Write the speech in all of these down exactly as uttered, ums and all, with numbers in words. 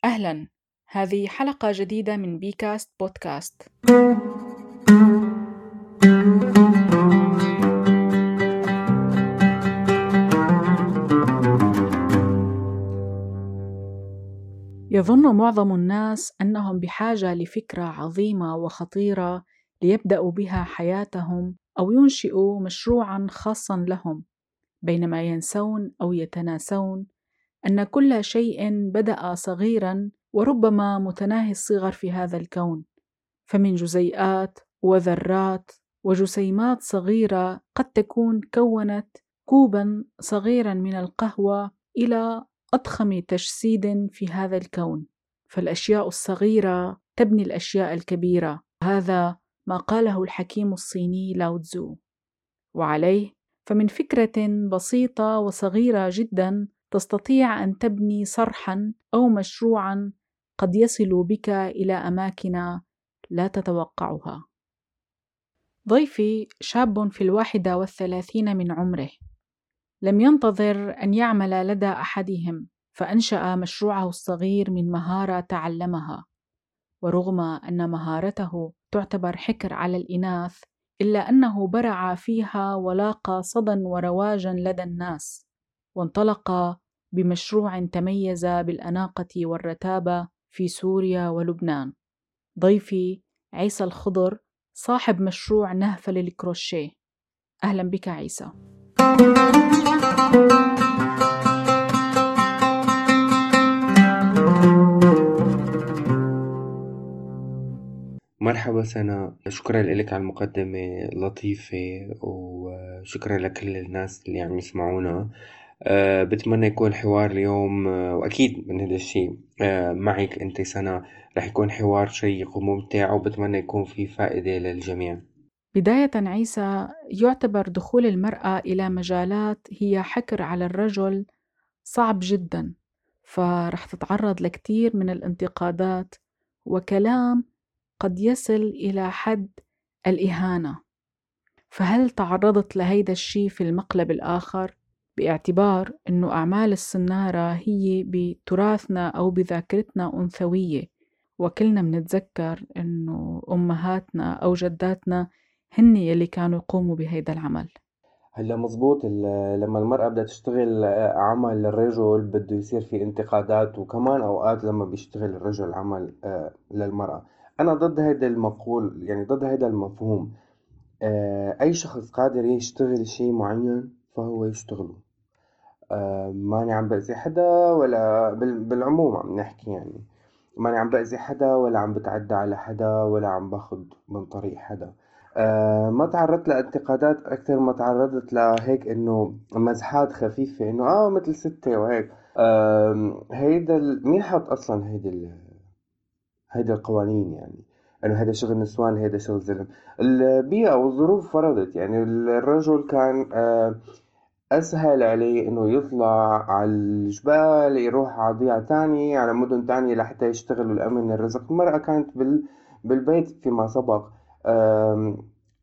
أهلاً، هذه حلقة جديدة من بيكاست بودكاست. يظن معظم الناس أنهم بحاجة لفكرة عظيمة وخطيرة ليبدأوا بها حياتهم أو ينشئوا مشروعاً خاصاً لهم، بينما ينسون أو يتناسون أن كل شيء بدأ صغيراً وربما متناهي الصغر في هذا الكون، فمن جزيئات وذرات وجسيمات صغيرة قد تكون كونت كوباً صغيراً من القهوة إلى أضخم تجسيد في هذا الكون. فالأشياء الصغيرة تبني الأشياء الكبيرة، هذا ما قاله الحكيم الصيني لاو تزو. وعليه فمن فكرة بسيطة وصغيرة جداً تستطيع أن تبني صرحاً أو مشروعاً قد يصل بك إلى أماكن لا تتوقعها. ضيفي شاب في الواحدة والثلاثين من عمره، لم ينتظر أن يعمل لدى أحدهم، فأنشأ مشروعه الصغير من مهارة تعلمها، ورغم أن مهارته تعتبر حكر على الإناث إلا أنه برع فيها ولاقى صدى ورواجا لدى الناس، وانطلق بمشروع تميز بالأناقة والرتابة في سوريا ولبنان. ضيفي عيسى الخضر صاحب مشروع نهفة للكروشيه. أهلا بك عيسى. مرحبا سنة، شكرا لك على المقدمة اللطيفة، وشكرا لكل الناس اللي عم يسمعونا. أه بتمنى يكون حوار اليوم أه وأكيد من هذا الشيء أه معك أنت سنة رح يكون حوار شيق وممتع، وبتمنى يكون فيه فائدة للجميع. بداية عيسى، يعتبر دخول المرأة إلى مجالات هي حكر على الرجل صعب جدا، فرح تتعرض لكثير من الانتقادات وكلام قد يصل إلى حد الإهانة. فهل تعرضت لهيدا الشيء في المقلب الآخر، باعتبار أنه أعمال السنارة هي بتراثنا أو بذاكرتنا أنثوية، وكلنا منتذكر أنه أمهاتنا أو جداتنا هن يلي كانوا يقوموا بهيدا العمل؟ هلا مزبوط، ال- لما المرأة بدها تشتغل عمل للرجل بده يصير في انتقادات، وكمان أوقات لما بيشتغل الرجل عمل آه، للمرأة. أنا ضد هيدا المقول، يعني ضد هيدا المفهوم. آه، أي شخص قادر يشتغل شي معين فهو يشتغله. آه، ماني عم بأذي حدا، ولا بال- بالعموم عم نحكي، يعني ماني عم بأذي حدا ولا عم بتعدى على حدا ولا عم باخد من طريق حدا. آه، ما تعرضت لانتقادات أكثر ما تعرضت لهيك إنه مزحات خفيفة، إنه آه مثل ستة وهيك. آم، هيدا ال- مين حط أصلا هيدا ال- هيدا القوانين؟ يعني انه هذا شغل نسوان، هذا شغل زلم. البيئة والظروف فرضت، يعني الرجل كان آه، أسهل عليه إنه يطلع على الجبال، يروح على ضيعة تانية، على مدن تانية لحتى يشتغل والأمن الرزق. المرأة كانت بال... بالبيت فيما سبق. أم،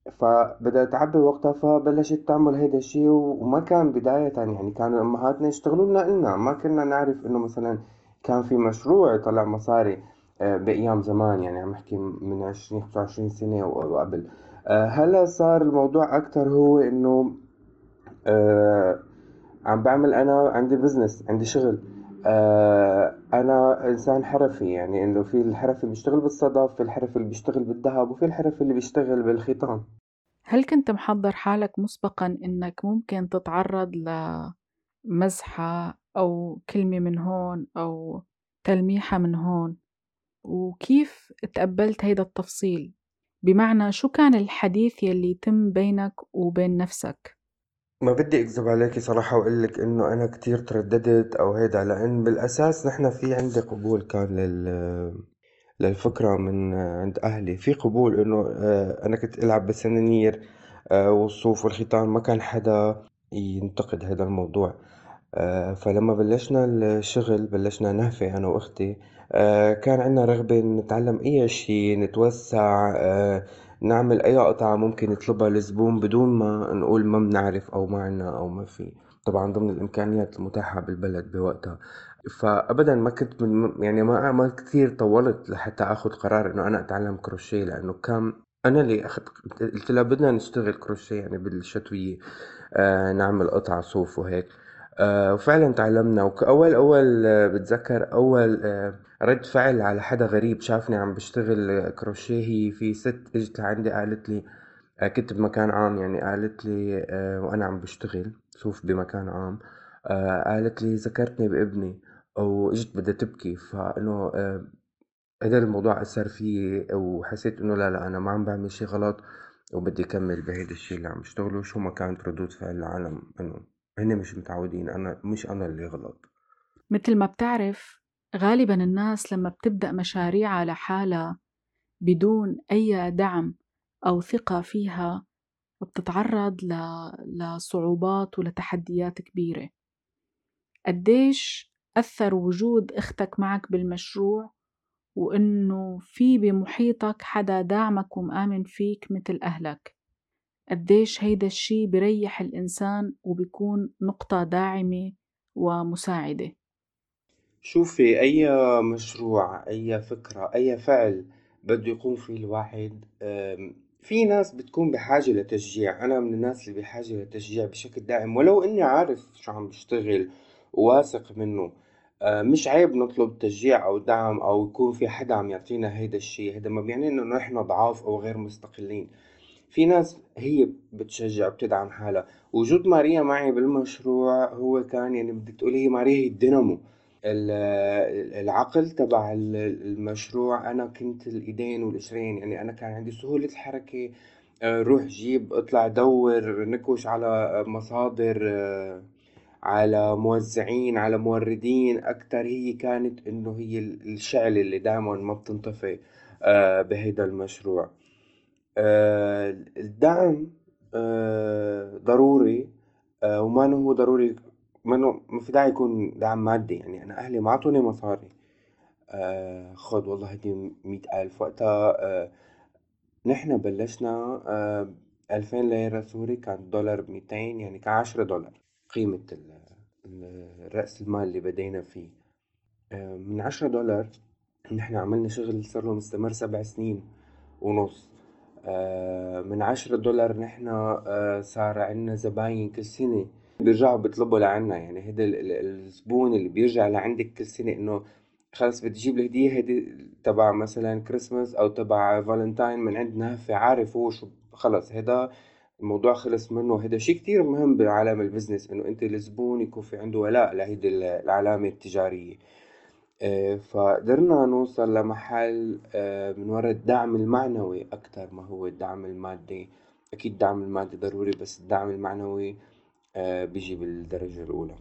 فبدأت تعبي وقتها، فبلشت تعمل هيدا الشي، وما كان بداية، يعني كانوا أمهاتنا يشتغلوا لنا إلنا، ما كنا نعرف إنه مثلا كان في مشروع يطلع مصاري أه، بأيام زمان، يعني عم أحكي من عشرين خمسة وعشرين سنة وقبل. أه، هلا صار الموضوع أكتر، هو إنه أه عم بعمل، أنا عندي بزنس، عندي شغل. آه أنا إنسان حرفي، يعني إنه في الحرف اللي بيشتغل بالصدف، في الحرف اللي بيشتغل بالذهب، وفي الحرف اللي بيشتغل بالخيطان. هل كنت محضر حالك مسبقا أنك ممكن تتعرض لمزحة أو كلمة من هون أو تلميحة من هون؟ وكيف تقبلت هيدا التفصيل؟ بمعنى شو كان الحديث يلي يتم بينك وبين نفسك؟ ما بدي أكذب عليكي صراحة وأقول لك إنه أنا كتير ترددت أو هيدا، لأن بالأساس نحن في عندي قبول كان لل للفكرة من عند أهلي، في قبول إنه آه، أنا كنت ألعب بالسنانير آه، والصوف والخيطان، ما كان حدا ينتقد هذا الموضوع. آه، فلما بلشنا الشغل بلشنا نهفة أنا وأختي. آه، كان عنا رغبة نتعلم أي شيء، نتوسع، آه، نعمل أي قطعة ممكن يطلبها الزبون بدون ما نقول ما بنعرف أو ما عنا أو ما في، طبعا ضمن الإمكانيات المتاحة بالبلد بوقتها. فأبدا ما كنت من يعني ما ما كثير طولت لحتى أخذ قرار إنه أنا أتعلم كروشيه، لأنه كان أنا اللي أخذت قلت لها بدنا نشتغل كروشيه يعني بالشتوية، آه نعمل قطع صوف وهيك. آه وفعلا تعلمنا. وكأول أول آه بتذكر أول آه رد فعل على حدا غريب شافني عم بشتغل آه، كروشيه. هي في ست اجت لعندي قالت لي آه كنت بمكان عام، يعني قالت لي آه وأنا عم بشتغل صوف بمكان عام، آه قالت لي ذكرتني بابني، وإجت بدها تبكي. فإنه آه هذا الموضوع أثر فيي، وحسيت إنه لا لا أنا ما عم بعمل شي غلط، وبدي أكمل بهيدا الشي اللي عم بشتغله. شو ما كانت ردود فعل العالم إنه هن مش متعودين، أنا مش أنا اللي غلط. مثل ما بتعرف، غالبا الناس لما بتبدأ مشاريعها لحالها بدون أي دعم أو ثقة فيها بتتعرض ل... لصعوبات ولتحديات كبيرة. قديش أثر وجود أختك معك بالمشروع، وإنه في بمحيطك حدا داعمك ومآمن فيك مثل أهلك؟ قديش هيدا الشي بريح الإنسان وبيكون نقطة داعمة ومساعدة. شوفي، أي مشروع، أي فكرة، أي فعل بده يقوم فيه الواحد، أم، في ناس بتكون بحاجة لتشجيع. أنا من الناس اللي بحاجة لتشجيع بشكل دائم، ولو إني عارف شو عم بشتغل وواثق منه. أه، مش عيب نطلب تشجيع أو دعم، أو يكون في حدا عم يعطينا هيدا الشي. هيدا ما بيعني إنه نحن ضعاف أو غير مستقلين. في ناس هي بتشجع بتدعم حالها. وجود ماريا معي بالمشروع هو كان، يعني بدك تقولي هي ماريا هي الدينامو، ال- العقل تبع ال- المشروع. أنا كنت الإيدين والإجرين، يعني أنا كان عندي سهولة الحركة. آه، روح جيب اطلع دور نكوش على مصادر، آه، على موزعين، على موردين أكتر. هي كانت إنه هي الشعلة اللي دائما ما بتنطفي آه، بهيدا المشروع. آه، الدعم آه، ضروري، آه، وما إنه هو ضروري، ما إنه ما في داعي يكون دعم مادي. يعني أنا أهلي ما عطوني مصاري آه، خد والله هدي مئة ألف وقتها. آه، نحن بلشنا آه، ألفين ليرة سوري، كان الدولار بميتين، يعني كان عشرة دولار قيمة ال- ال- رأس المال اللي بدينا فيه. آه، من عشرة دولار نحن عملنا شغل صار له مستمر سبع سنين ونص. آه، من عشرة دولار نحن آه، صار عنا زباين كل سنة بيرجعوا بيطلبوا لعنا. يعني هيدا ال- ال- الزبون اللي بيرجع لعندك كل سنة إنه خلص بدي أجيب الهدية هيدي تبع مثلا كريسماس أو تبع فالنتاين من عندنا، فعارف هو شو خلص هيدا الموضوع خلص منه. هيدا شيء كتير مهم بعالم البزنس، إنه أنت الزبون يكون في عنده ولاء لهيدي العلامة التجارية. آه، فقدرنا نوصل لمحل آه، من وراء الدعم المعنوي أكتر ما هو الدعم المادي. أكيد الدعم المادي ضروري، بس الدعم المعنوي آه، بيجي بالدرجة الأولى.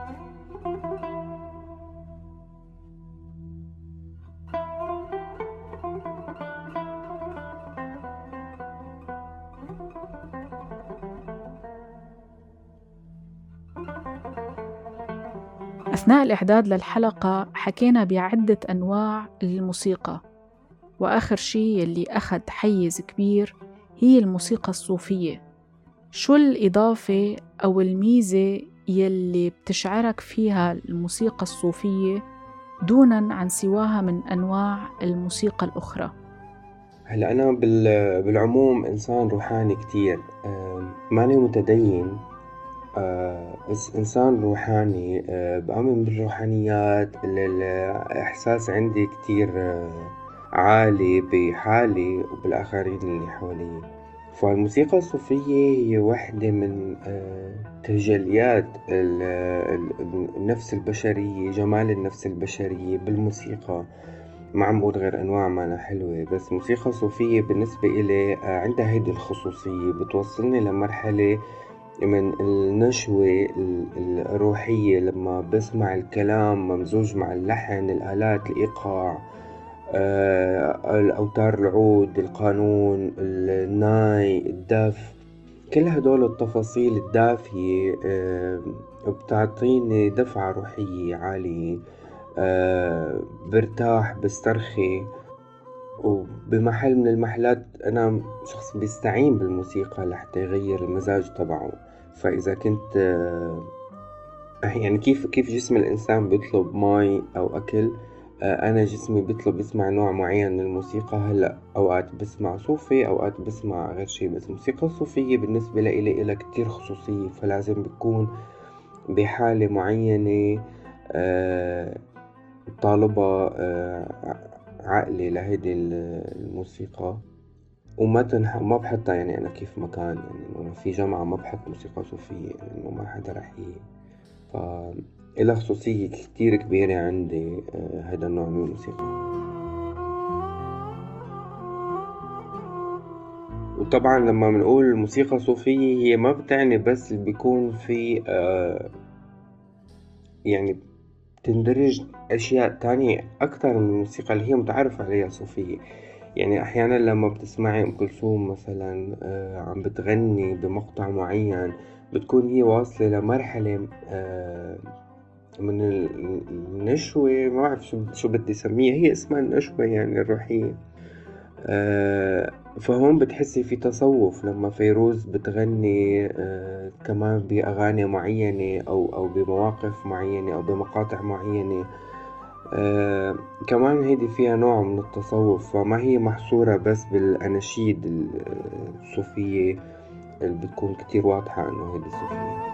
أثناء الإعداد للحلقة حكينا بعدة أنواع الموسيقى، وآخر شي يلي أخذ حيز كبير هي الموسيقى الصوفية. شو الإضافة أو الميزة يلي بتشعرك فيها الموسيقى الصوفية دونا عن سواها من أنواع الموسيقى الأخرى؟ هلا أنا بال- بالعموم إنسان روحاني كتير، آه، ماني متدين، آه، بس إنسان روحاني. آه، بآمن بالروحانيات. ال- الإحساس عندي كتير آه، عالي بحالي وبالآخرين اللي حوالي. فالموسيقى الصوفية هي واحدة من آه، تجليات ال- ال- النفس البشرية، جمال النفس البشرية بالموسيقى. ما عم بقول غير أنواع مانا حلوة، بس موسيقى صوفية بالنسبة إلي آه، عندها هيدي الخصوصية، بتوصلني لمرحلة من النشوة ال- الروحية لما بسمع الكلام ممزوج مع اللحن، الآلات، الإيقاع، آه، الأوتار، العود، القانون، الناي، الدف. كل هدول التفاصيل الدافية آه، بتعطيني دفعة روحية عالية. آه، برتاح، بسترخي. وبمحل من المحلات أنا شخص بيستعين بالموسيقى لحتى يغير المزاج تبعه. فإذا كنت آه، يعني كيف كيف جسم الإنسان بيطلب مي أو أكل. آه، أنا جسمي بيطلب يسمع نوع معين من الموسيقى. هلأ أوقات بسمع صوفي، أوقات بسمع غير شي، بس الموسيقى الصوفية بالنسبة لإلي إلها كتير خصوصية، فلازم بكون بحالة معينة آه، طالبة آه، عقلي لهيدي الموسيقى. وما تنح... ما بحطها يعني أنا كيف ما كان، يعني إنه في جامعة ما بحط موسيقى صوفية، يعني إنه ما حدا رح ي... ف إلها خصوصية كتير كبيرة عندي آه، هذا النوع من الموسيقى. وطبعا لما بنقول موسيقى صوفية هي ما بتعني بس اللي بيكون في آه، يعني تندرج أشياء تانية أكتر من الموسيقى اللي هي متعارف عليها صوفية. يعني أحيانا لما بتسمعي أم كلثوم مثلا آه، عم بتغني بمقطع معين، بتكون هي واصلة لمرحلة آه، من ال- النشوة، ما بعرف شو شو بدي أسميها، هي اسمها النشوة يعني الروحية. آه، فهون بتحسي في تصوف لما فيروز بتغني آه، كمان بأغاني معينة أو أو بمواقف معينة أو بمقاطع معينة. آه كمان هيدي فيها نوع من التصوف، فما هي محصورة بس بالأناشيد الصوفية اللي بتكون كتير واضحة إنه هيدي صوفية.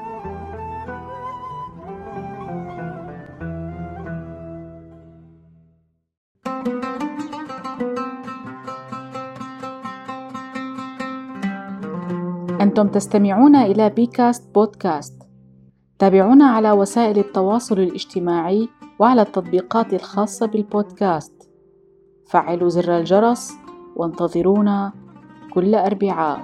أنتم تستمعون إلى بيكاست بودكاست. تابعونا على وسائل التواصل الاجتماعي وعلى التطبيقات الخاصة بالبودكاست. فعلوا زر الجرس وانتظرونا كل أربعاء.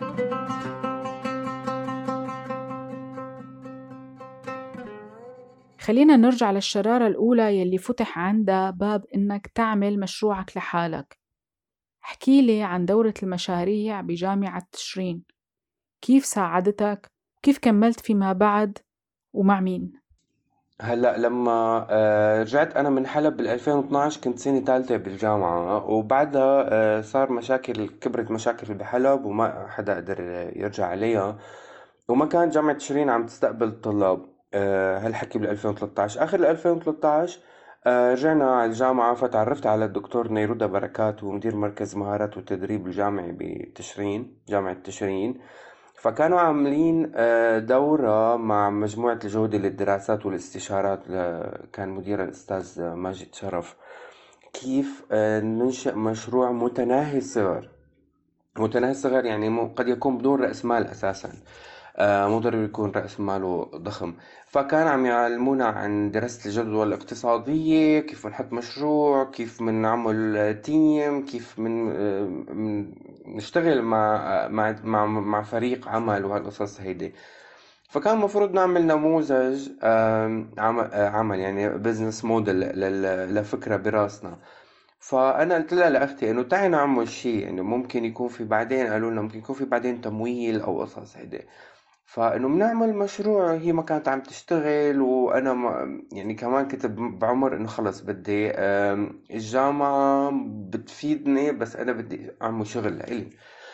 خلينا نرجع للشرارة الأولى يلي فتح عندها باب إنك تعمل مشروعك لحالك. احكيلي عن دورة المشاريع بجامعة تشرين، كيف ساعدتك؟ كيف كملت فيما بعد؟ ومع مين؟ هلا لما آه، رجعت انا من حلب بال ألفين واثناشر كنت سنة ثالثة بالجامعة، وبعدها آه، صار مشاكل، كبرت مشاكل بحلب وما حدا قدر يرجع عليها، وما كانت جامعة تشرين عم تستقبل طلاب. آه، هالحكي بال ألفين وثلاثطعش، اخر ال ألفين وثلاثطعش آه، رجعنا على الجامعة، فتعرفت على الدكتور نيرودا بركات، ومدير مركز مهارات والتدريب الجامعي بتشرين، جامعة تشرين. فكانوا عاملين آه، دورة مع مجموعة الجودة للدراسات والاستشارات، ل- كان مديرها الأستاذ ماجد شرف، كيف آه، ننشئ مشروع متناهي الصغر. متناهي الصغر يعني مو- قد يكون بدون رأس مال أساسا، آه، مو ضروري يكون رأس ماله ضخم. فكان عم يعلمونا عن دراسة الجدوى الاقتصادية، كيف بنحط مشروع، كيف بنعمل تيم، كيف من آه، من نشتغل مع مع مع مع فريق عمل وهالقصص هيدي. فكان المفروض نعمل نموذج آم، عم- آه، عمل يعني بزنس موديل لفكرة براسنا. فأنا قلت لها لأختي إنه تعي نعمل شيء، إنه ممكن يكون في بعدين، قالوا لنا ممكن يكون في بعدين تمويل أو قصص هيدي. فإنه بنعمل مشروع. هي ما كانت عم تشتغل، وأنا ما يعني كمان كنت ب- بعمر إنه خلص بدي آم، الجامعة بتفيدني، بس أنا بدي أعمل شغل لإلي.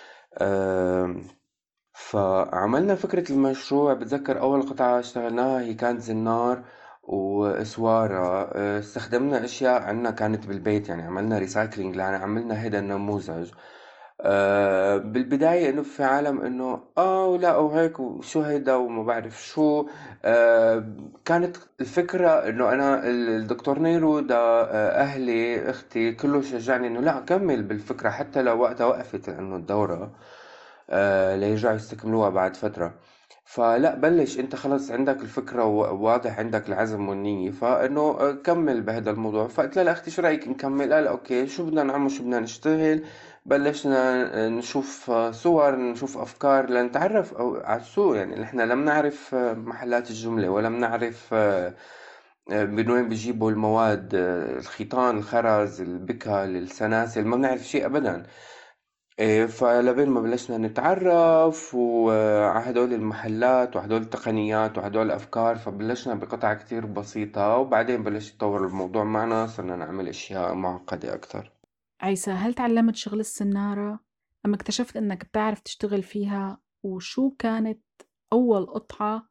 آم، فعملنا فكرة المشروع. بتذكر أول قطعة اشتغلناها هي كانت زنار وإسوارة. آه، استخدمنا أشياء عنا كانت بالبيت، يعني عملنا ريسايكلينج، يعني عملنا هيدا النموذج. آه، بالبداية إنه في عالم إنه آه ولا وهيك وشو هيدا وما بعرف شو. آه، كانت الفكرة إنه أنا ال- الدكتور نيرو دا آه، أهلي أختي كله شجعني إنه لا كمل بالفكرة، حتى لو وقتها وقفت إنه الدورة آه، ليرجعوا يستكملوها بعد فترة. فلا بلش انت خلص عندك الفكرة وواضح عندك العزم والنية، فانه آه، كمل بهذا الموضوع. فقلت لها لاختي شو رأيك نكمل؟ قال اوكي، شو بدنا نعمل، شو بدنا نشتغل. بلشنا نشوف آه، صور، نشوف افكار لنتعرف أو- على السوق. يعني نحن لم نعرف آه، محلات الجملة، ولم نعرف آه، آه، من وين بيجيبوا المواد، آه، الخيطان، الخرز، البكا، السلاسل، ما بنعرف شيء ابدا. إيه، فلبين ما بلشنا نتعرف وعلى هدول المحلات وهدول التقنيات وهدول الأفكار، فبلشنا بقطع كتير بسيطة، وبعدين بلش يتطور الموضوع معنا، صرنا نعمل أشياء معقدة أكتر. عيسى، هل تعلمت شغل السنارة أم اكتشفت أنك بتعرف تشتغل فيها؟ وشو كانت أول قطعة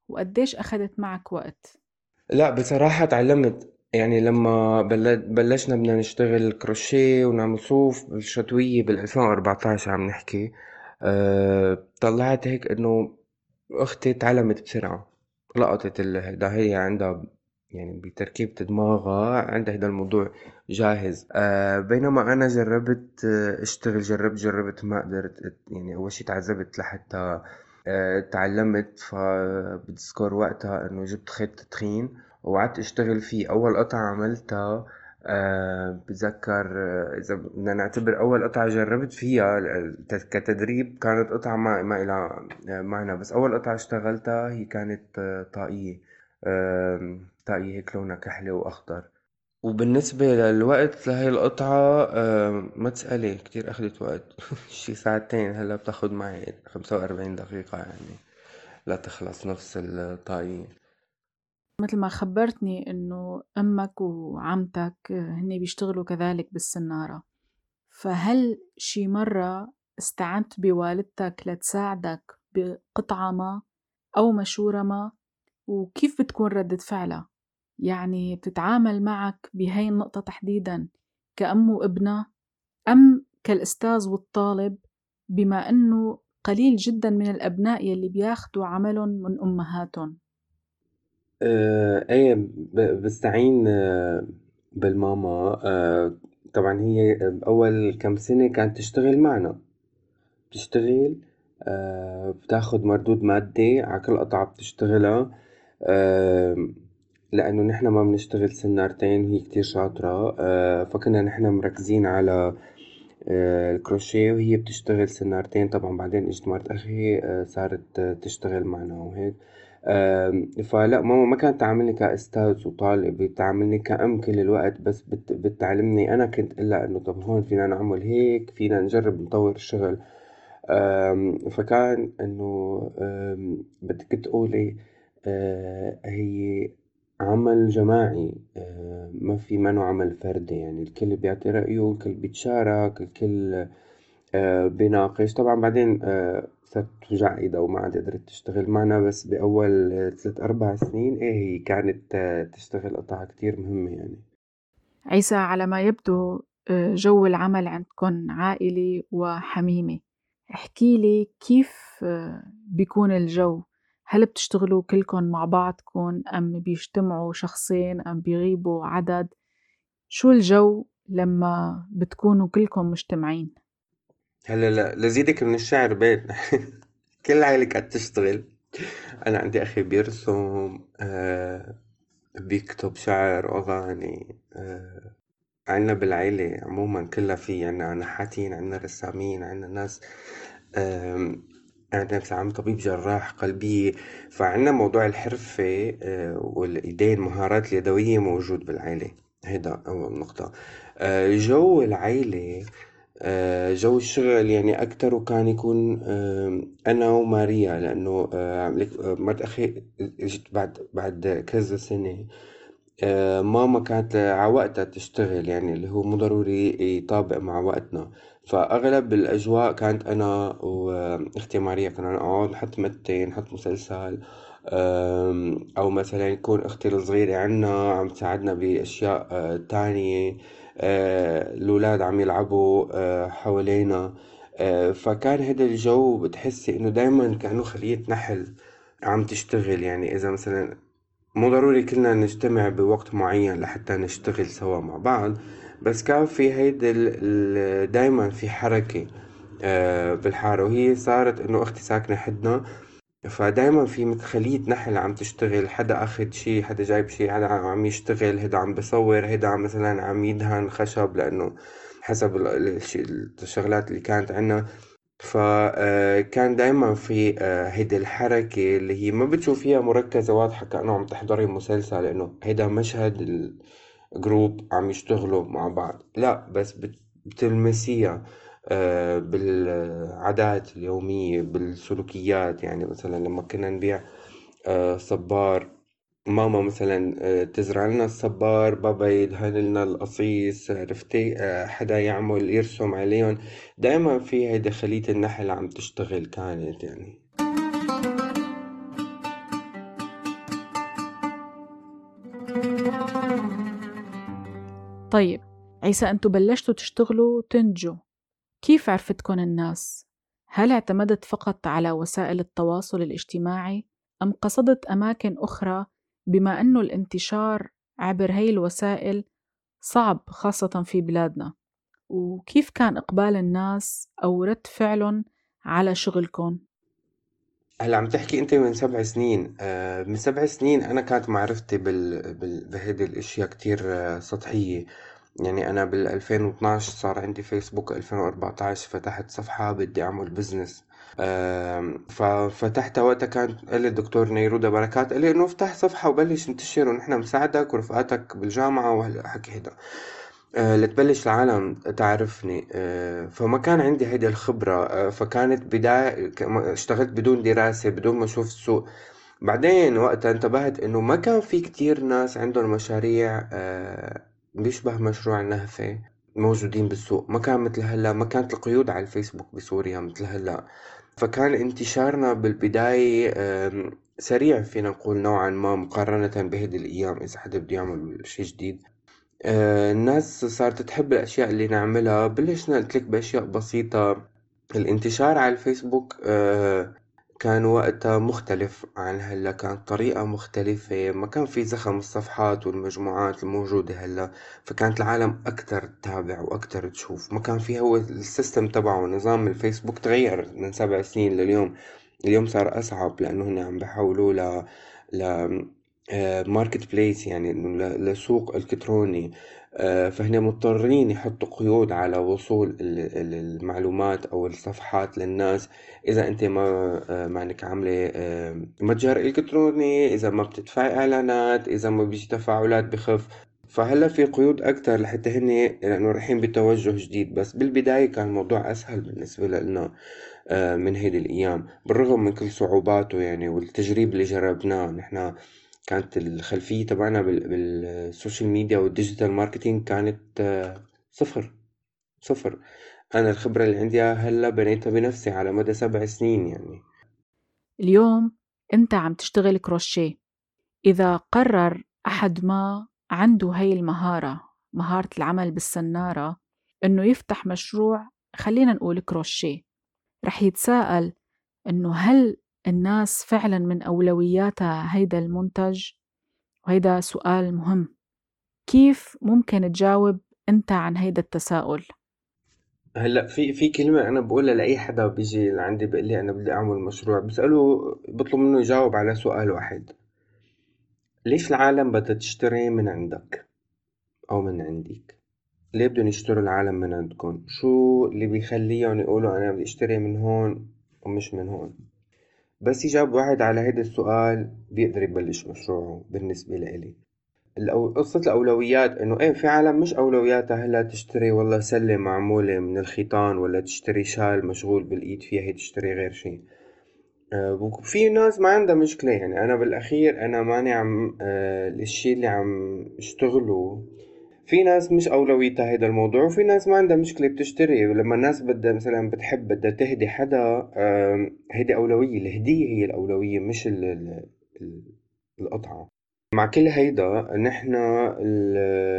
وقديش أخذت معك وقت؟ لا بصراحة تعلمت، يعني لما بل- بلشنا بدنا نشتغل كروشيه ونعمل صوف بالشتوية بال ألفين وأربعتاشر عم نحكي. أه طلعت هيك انه اختي تعلمت بسرعة، لقطت ال- هيدا، هي عندها يعني بتركيبة دماغها عندها هيدا الموضوع جاهز. أه بينما انا جربت آه، اشتغل، جربت جربت ما قدرت، يعني اول شي تعذبت لحتى أه تعلمت. فبتذكر وقتها انه جبت خيط تخين وقعدت اشتغل فيه. اول قطعة عملتها أه بتذكر، آه، اذا بدنا نعتبر اول قطعة جربت فيها ال- كتدريب، كانت قطعة ما ما إلها معنى، بس اول قطعة اشتغلتها هي كانت آه، طاقية. آم، طاقية هيك لونها كحلي واخضر. وبالنسبة للوقت لهي القطعة، آم، ما تسألي، كتير اخدت وقت. شي ساعتين، هلا بتاخد معي خمسة وأربعين دقيقة يعني لا تخلص نفس الطاقية. مثل ما خبرتني إنه أمك وعمتك هن بيشتغلوا كذلك بالسنارة، فهل شي مرة استعنت بوالدتك لتساعدك بقطعة ما أو مشورة ما؟ وكيف بتكون ردة فعلها؟ يعني بتتعامل معك بهاي النقطة تحديدا كأم وابنة، أم كالأستاذ والطالب، بما أنه قليل جدا من الأبناء يلي بياخدوا عملهم من أمهاتهم؟ آه، ايه ب- بستعين آه، بالماما. آه، طبعا هي بأول كم سنة كانت تشتغل معنا، بتشتغل، آه، بتاخد مردود مادي على كل قطعة بتشتغلها. آه، لأنه نحنا ما بنشتغل سنارتين، وهي كتير شاطرة. آه، فكنا نحنا مركزين على آه، الكروشيه، وهي بتشتغل سنارتين. طبعا بعدين اجت مرت أخي، آه، صارت آه، تشتغل معنا وهيك. آم، فلا ماما ما كانت تعاملني كأستاذ وطالب، بتعاملني كأم كل الوقت، بس بت بتعلمني. أنا كنت إلا إنه طب هون فينا نعمل هيك، فينا نجرب نطور الشغل. آم، فكان إنه آم، بدك تقولي آه، هي عمل جماعي، آه، ما في منه عمل فردي، يعني الكل بيعطي رأيه، الكل بيتشارك، الكل آه، بيناقش. طبعا بعدين آه، صارت توجع ايدها وما عاد قدرت تشتغل معنا، بس بأول آه، ثلاث أربع سنين ايه هي كانت آه، تشتغل قطعة كتير مهمة يعني. عيسى، على ما يبدو آه، جو العمل عندكم عائلي وحميمي. احكي لي كيف آه، بيكون الجو؟ هل بتشتغلوا كلكم مع بعضكم أم بيجتمعوا شخصين أم بيغيبوا عدد؟ شو الجو لما بتكونوا كلكم مجتمعين؟ هلا لا لزيدك من الشعر بيتنا. كل العائلة كانت تشتغل. أنا عندي أخي بيرسم، آه بيكتب شعر وأغاني. آه عنا بالعيلة عموما كلها، في عنا نحاتين، عنا رسامين، عنا ناس، آم، عنا بس عم طبيب جراح قلبية. فعنا موضوع الحرفة آه، والإيدين، المهارات اليدوية موجود بالعيلة. هيدا أول نقطة. آه، جو العيلة، آه، جو الشغل يعني أكتر، وكان يكون آم، أنا وماريا، لأنه آه، عم لك آه، مرت أخي جت بعد بعد كذا سنة. آه، ماما كانت على وقتها تشتغل، يعني اللي هو مو ضروري يطابق مع وقتنا. فأغلب الأجواء كانت أنا وأختي ماريا كنا نقعد نحط متي، نحط مسلسل. آم، أو مثلا يكون أختي الصغيرة عنا عم تساعدنا بأشياء آه، تانية. آه، الأولاد عم يلعبوا آه، حوالينا. آه، فكان هذا الجو بتحسي إنه دايما كأنه خلية نحل عم تشتغل. يعني إذا مثلا مو ضروري كلنا نجتمع بوقت معين لحتى نشتغل سوا مع بعض، بس كان في هيدا ال- ال- دايما في حركة آه، بالحارة. وهي صارت انه اختي ساكنة حدنا، فدايما في مثل خلية نحل عم تشتغل، حدا اخد شي، حدا جايب شي، حدا عم يشتغل، هيدا عم بصور، هيدا عم مثلا عم يدهن خشب، لانه حسب ال- الشي- الشغلات اللي كانت عنا. فكان دايما في آه، هيدي الحركة اللي هي ما بتشوفيها مركزة واضحة كأنه عم تحضري مسلسل، لأنه هيدا مشهد الجروب عم يشتغلوا مع بعض، لا بس بت- بتلمسيها آه، بالعادات اليومية، بالسلوكيات. يعني مثلا لما كنا نبيع آه، صبار، ماما مثلا آه، تزرع لنا الصبار، بابا يدهن لنا القصيص، عرفتي، آه، حدا يعمل يرسم عليهم. دائما في هيدا خلية النحل عم تشتغل كانت يعني. طيب عيسى، أنتوا بلشتوا تشتغلوا تنتجوا، كيف عرفتكن الناس؟ هل اعتمدت فقط على وسائل التواصل الاجتماعي أم قصدت أماكن أخرى، بما أنه الانتشار عبر هي الوسائل صعب خاصة في بلادنا؟ وكيف كان إقبال الناس أو رد فعلهم على شغلكم؟ هلا عم تحكي انت من سبع سنين. آه من سبع سنين انا كانت معرفتي بال... بال... بهيدي الاشياء كتير آه سطحية. يعني انا بال ألفين واثناشر صار عندي فيسبوك، ألفين وأربعتاشر فتحت صفحة بدي اعمل بزنس. آه ففتحتها وقتها كان قال لي الدكتور نيرودة بركات، قال لي انه افتح صفحة وبلش انتشر ونحن مساعدك ورفقاتك بالجامعة وهالحكي هيدا. آه، لتبلش العالم تعرفني. آه، فما كان عندي هيدي الخبرة. آه، فكانت بداية ك- ما- اشتغلت بدون دراسة بدون ما أشوف السوق. بعدين وقتها انتبهت إنه ما كان في كتير ناس عندهم مشاريع آه، بيشبه مشروع النهفة موجودين بالسوق. ما كان مثل هلا، ما كانت القيود على الفيسبوك بسوريا مثل هلا. فكان انتشارنا بالبداية آم، سريع فينا نقول نوعا ما مقارنة بهذه الأيام إذا حدا بده يعمل شي جديد. آه، الناس صارت تحب الأشياء اللي نعملها. بلشنا قلتلك بأشياء بسيطة. الانتشار على الفيسبوك آه، كان وقتها مختلف عن هلا، كانت طريقة مختلفة، ما كان في زخم الصفحات والمجموعات الموجودة هلا. فكانت العالم أكتر تتابع وأكتر تشوف. ما كان في هو السيستم تبعه، نظام الفيسبوك تغير من سبع سنين لليوم. اليوم صار أصعب لأنه هن عم بيحولوا ل ل ماركت بليس، يعني إنه ل- لسوق إلكتروني. آه، فهنا مضطرين يحطوا قيود على وصول ال- ال- المعلومات أو الصفحات للناس. إذا أنت ما آه، معنك عاملة آه، متجر إلكتروني، إذا ما بتدفعي إعلانات، إذا ما بيجي تفاعلات بخف. فهلا في قيود أكتر لحتى هن لأنه رايحين بتوجه جديد. بس بالبداية كان الموضوع أسهل بالنسبة لنا آه، من هيدي الأيام، بالرغم من كل صعوباته يعني. والتجريب اللي جربناه نحنا، كانت الخلفية تبعنا بال- بالسوشيال ميديا والديجيتال ماركتينج كانت آه، صفر صفر. أنا الخبرة اللي عندي هلا بنيتها بنفسي على مدى سبع سنين يعني. اليوم أنت عم تشتغل كروشيه. إذا قرر أحد ما عنده هاي المهارة، مهارة العمل بالسنارة، إنه يفتح مشروع، خلينا نقول كروشيه، رح يتساءل إنه هل الناس فعلا من أولوياتها هيدا المنتج؟ وهيدا سؤال مهم. كيف ممكن تجاوب أنت عن هيدا التساؤل؟ هلا في في كلمة أنا بقولها لأي حدا بيجي لعندي بيقول لي أنا بدي أعمل مشروع، بسأله بطلب منه يجاوب على سؤال واحد: ليش العالم بدها تشتري من عندك أو من عندك؟ ليه بدهم يشتروا العالم من عندكم؟ شو اللي بيخليهم يقولوا أنا بدي أشتري من هون ومش من هون؟ بس يجاوب واحد على هيدا السؤال بيقدر يبلش مشروعه بالنسبة لإلي. الأو... قصة الأولويات، إنه إيه في عالم مش أولوياتها هلا تشتري والله سلة معمولة من الخيطان، ولا تشتري شال مشغول بالإيد فيها، هي تشتري غير شيء. آه، وفي ناس ما عندها مشكلة. يعني أنا بالأخير أنا ماني عم آه الشيء اللي عم اشتغله. في ناس مش أولويتها هيدا الموضوع، وفي ناس ما عندها مشكلة بتشتري. ولما الناس بدها مثلا بتحب بدها تهدي حدا، آم، هيدي أولوية. الهدية هي الأولوية مش ال- ال- ال- القطعة. مع كل هيدا نحن ال-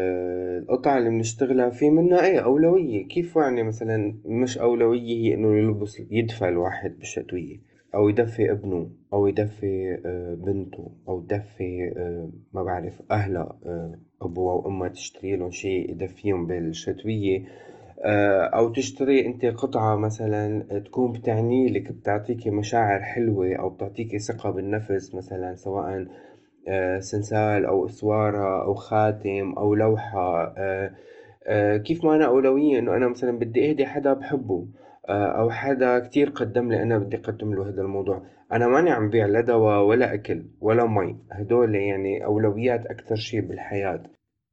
القطع اللي بنشتغلها في منها ايه أولوية. كيف يعني مثلا مش أولوية هي إنه يلبس يدفى الواحد بالشتوية، أو يدفي ابنه، أو يدفي آه، بنته، أو يدفي آه، ما بعرف أهلها، آه، أبوها وأمها تشتري لهم شيء يدفيهم بالشتوية. آه، أو تشتري أنت قطعة مثلا تكون بتعني لك، بتعطيكي مشاعر حلوة أو بتعطيكي ثقة بالنفس، مثلا سواء آه، سلسال أو إسوارة أو خاتم أو لوحة. آه، آه، كيف ما أنا أولوية إنه أنا مثلا بدي أهدي حدا بحبه، آه، أو حدا كتير قدم لي أنا بدي أقدم له هذا الموضوع. أنا ماني عم بيع لا دواء ولا أكل ولا مي، هدول يعني أولويات أكتر شي بالحياة.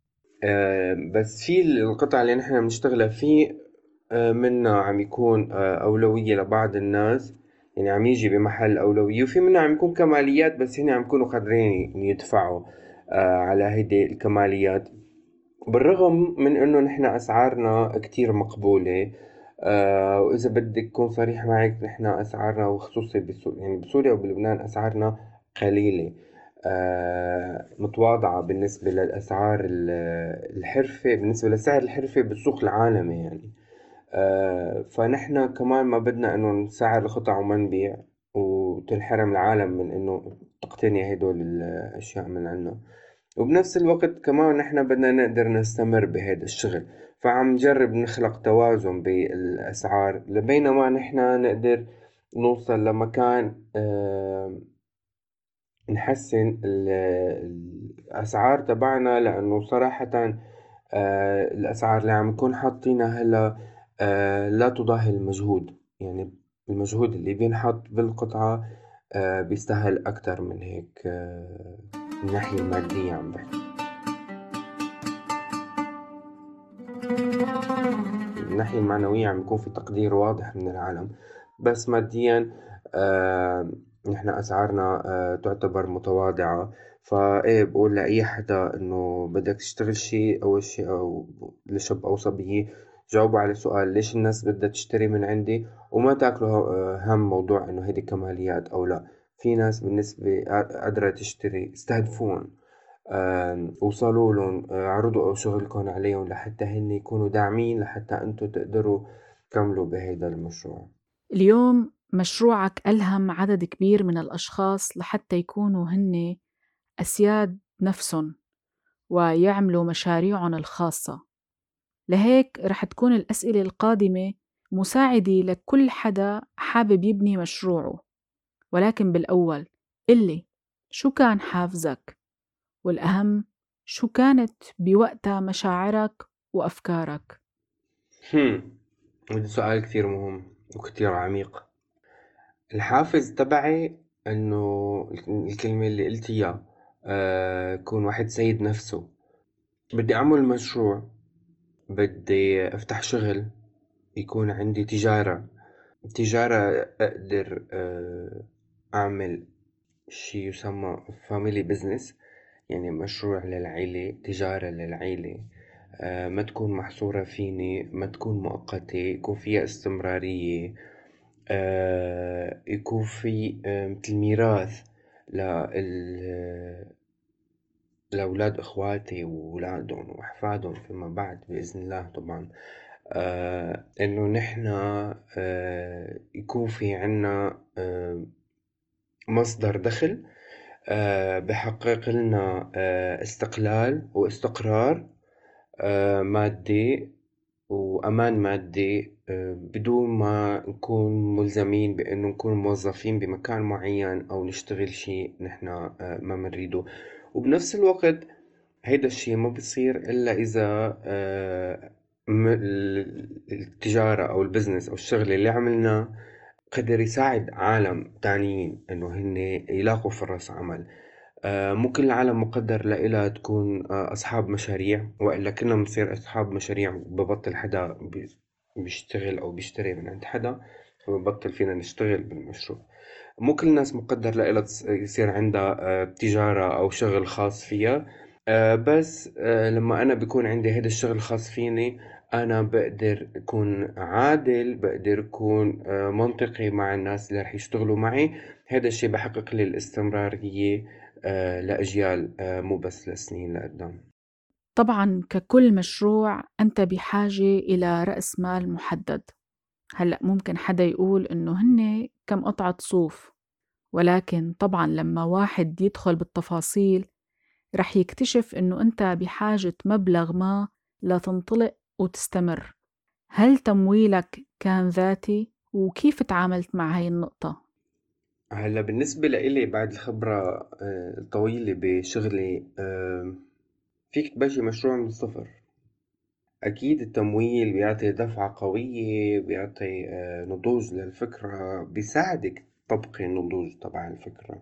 آه، بس في القطع اللي نحن بنشتغلها فيه آه، منها عم يكون آه، أولوية لبعض الناس، يعني عم يجي بمحل أولوية. وفي منها عم يكون كماليات، بس هنا عم يكونوا قادرين يدفعوا آه، على هيدي الكماليات. بالرغم من إنه نحن أسعارنا كتير مقبولة. آه، وإذا بدك أكون صريح معك، نحن أسعارنا وخصوصي بسوريا، يعني بسوريا وبلبنان أسعارنا قليلة. آه، متواضعة بالنسبة للأسعار ال- الحرفة، بالنسبة لسعر الحرفة بالسوق العالمي يعني. آه، فنحن كمان ما بدنا إنه نسعر القطع وما نبيع وتنحرم العالم من إنه تقتني هدول الأشياء من عنا. وبنفس الوقت كمان نحن بدنا نقدر نستمر بهذا الشغل، فعم نجرب نخلق توازن بالأسعار لبينما نحن نقدر نوصل لمكان آه، نحسن ال- الأسعار تبعنا، لأنه صراحة آه، الأسعار اللي عم نكون حاطينها هلا آه، لا تضاهي المجهود. يعني المجهود اللي بينحط بالقطعة آه، بيستاهل أكتر من هيك. آه، من الناحية المادية عم بحكي، من الناحية المعنوية عم يكون في تقدير واضح من العالم، بس ماديا آه نحن أسعارنا آه تعتبر متواضعة. فإيه بقول لأي حدا إنه بدك تشتغل شي، أول شي أو لشاب أو صبية، جاوبوا على سؤال ليش الناس بدها تشتري من عندي، وما تاكلوا آه، هم موضوع إنه هيدي كماليات أو لا. في ناس بالنسبة قادرة تشتري، استهدفون، آم، وصلوا لهم، آه، عرضوا شغلكم عليهم لحتى هن يكونوا داعمين لحتى انتوا تقدروا تكملوا بهيدا المشروع. اليوم مشروعك ألهم عدد كبير من الأشخاص لحتى يكونوا هن أسياد نفسهم ويعملوا مشاريعهم الخاصة. لهيك رح تكون الأسئلة القادمة مساعدة لكل حدا حابب يبني مشروعه. ولكن بالأول قلي شو كان حافزك؟ والأهم شو كانت بوقتها مشاعرك وأفكارك؟ هم هذا سؤال كتير مهم وكتير عميق. الحافز تبعي انه الكلمة اللي قلتيها، آه، يكون واحد سيد نفسه. بدي اعمل مشروع، بدي افتح شغل، يكون عندي تجارة. تجارة اقدر آه، اعمل شي يسمى family business، يعني مشروع للعيلة، تجارة للعيلة. آه، ما تكون محصورة فيني، ما تكون مؤقتة، يكون فيها استمرارية. آه، يكون في آه، مثل ميراث لل- لأولاد إخواتي وأولادهم وأحفادهم فيما بعد بإذن الله طبعا. آه، إنه نحنا آه، يكون في عنا آه، مصدر دخل آه، بحقق لنا آه، استقلال واستقرار آه، مادي وأمان مادي، آه، بدون ما نكون ملزمين بأنه نكون موظفين بمكان معين أو نشتغل شيء نحن آه، ما منريده. وبنفس الوقت هيدا الشيء ما بصير إلا إذا آه، م- ال- التجارة أو البزنس أو الشغل اللي عملناه قدر يساعد عالم تانيين إنه هن يلاقوا فرص عمل. آه، مو كل العالم مقدر لإلها تكون آه، أصحاب مشاريع، وإلا كنا بنصير أصحاب مشاريع ببطل حدا بي- بيشتغل أو بيشتري من عند حدا، فببطل فينا نشتغل بالمشروع. مو كل الناس مقدر لإلها تص- يصير عندها آه، تجارة أو شغل خاص فيها. آه، بس آه، لما أنا بيكون عندي هيدا الشغل الخاص فيني، أنا بقدر أكون عادل، بقدر أكون آه، منطقي مع الناس اللي رح يشتغلوا معي. هذا الشيء بحقق لي الاستمرارية آه، لأجيال، آه، مو بس لسنين لقدام. طبعاً ككل مشروع أنت بحاجة إلى رأس مال محدد. هلأ ممكن حدا يقول إنه هن كم قطعة صوف، ولكن طبعاً لما واحد يدخل بالتفاصيل رح يكتشف إنه أنت بحاجة مبلغ ما لتنطلق وتستمر. هل تمويلك كان ذاتي؟ وكيف تعاملت مع هاي النقطة؟ هلا بالنسبة لإلي بعد الخبرة آه، الطويلة بشغلي، آه، فيك تبلشي مشروع من الصفر. أكيد التمويل بيعطي دفعة قوية، بيعطي آه، نضوج للفكرة، بيساعدك تطبقي النضوج تبع الفكرة.